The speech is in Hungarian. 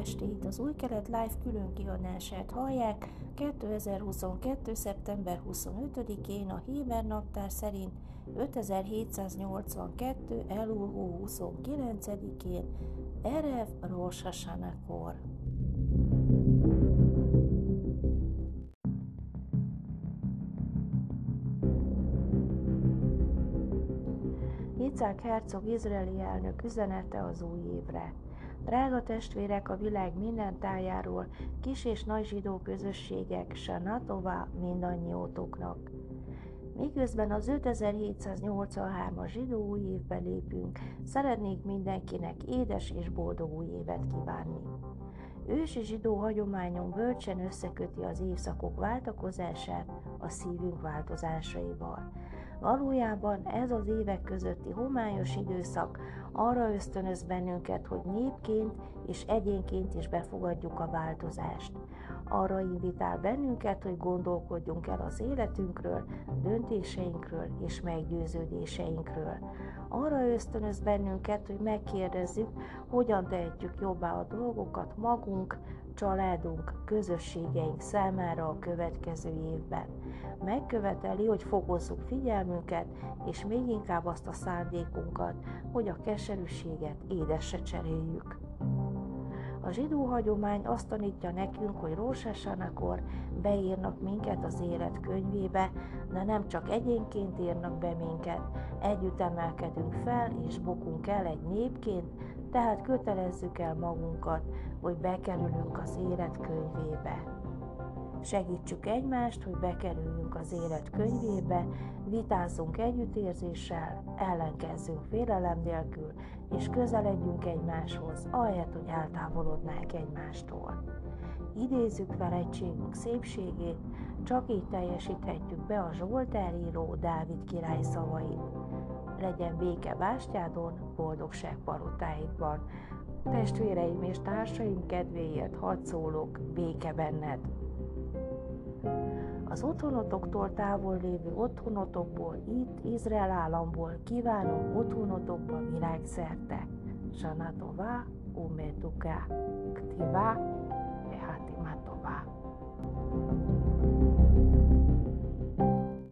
estét! Az Új Kelet Live külön kiadását hallják 2022. szeptember 25-én a Héber naptár szerint 5782. Elul hó 29-én Erev Rosh Hashanah-kor. Yitzhak Herzog izraeli elnök üzenete az új évre. Drága testvérek a világ minden tájáról, kis és nagy zsidó közösségek, Shana Tova mindannyiótoknak. Miközben az 5783-as zsidó új évbe lépünk, szeretnék mindenkinek édes és boldog új évet kívánni. Ősi zsidó hagyományunk bölcsen összeköti az évszakok váltakozását a szívünk változásaival. Valójában ez az évek közötti homályos időszak arra ösztönöz bennünket, hogy népként és egyénként is befogadjuk a változást. Arra invitál bennünket, hogy gondolkodjunk el az életünkről, döntéseinkről és meggyőződéseinkről. Arra ösztönöz bennünket, hogy megkérdezzük, hogyan tehetjük jobbá a dolgokat magunk, családunk, közösségeink számára a következő évben. Megköveteli, hogy fokozzuk figyelmünket, és még inkább azt a szándékunkat, hogy a keserűséget édesre cseréljük. A zsidó hagyomány azt tanítja nekünk, hogy Rosh Hashanah-kor beírnak minket az élet könyvébe, de nem csak egyénként írnak be minket, együtt emelkedünk fel és bukunk el egy népként, tehát kötelezzük el magunkat, hogy bekerülünk az élet könyvébe. Segítsük egymást, hogy bekerüljünk az élet könyvébe, vitázzunk együttérzéssel, ellenkezzünk félelem nélkül, és közeledjünk egymáshoz, ahelyett, hogy eltávolodnánk egymástól. Idézzük fel egységünk szépségét, csak így teljesíthetjük be a Zsoltáríró Dávid király szavait. Legyen béke bástyádon, boldogság palotáidban. Testvéreim és társaim kedvéért hadd szólok, béke benned. Az otthonotoktól távol lévő otthonotokból, itt Izrael államból kívánom otthonotokba világszerte. Shana Tova, Umetuka, Ktiva, Hatima Tova.